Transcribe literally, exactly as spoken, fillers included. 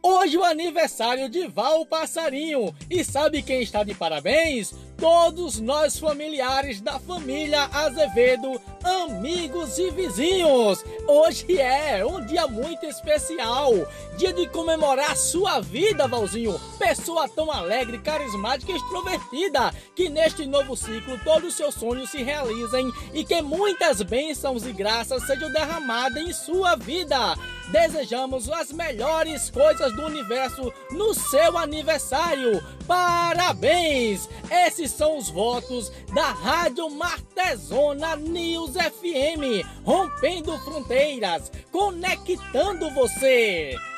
Hoje é o aniversário de Val Passarinho. E sabe quem está de parabéns? Todos nós familiares da família Azevedo, amigos e vizinhos. Hoje é um dia muito especial, dia de comemorar sua vida, Valzinho. Pessoa tão alegre, carismática e extrovertida, que neste novo ciclo todos os seus sonhos se realizem e que muitas bênçãos e graças sejam derramadas em sua vida. Desejamos as melhores coisas do universo no seu aniversário. Parabéns! Esses são os votos da Rádio Martezona News F M, rompendo fronteiras, conectando você.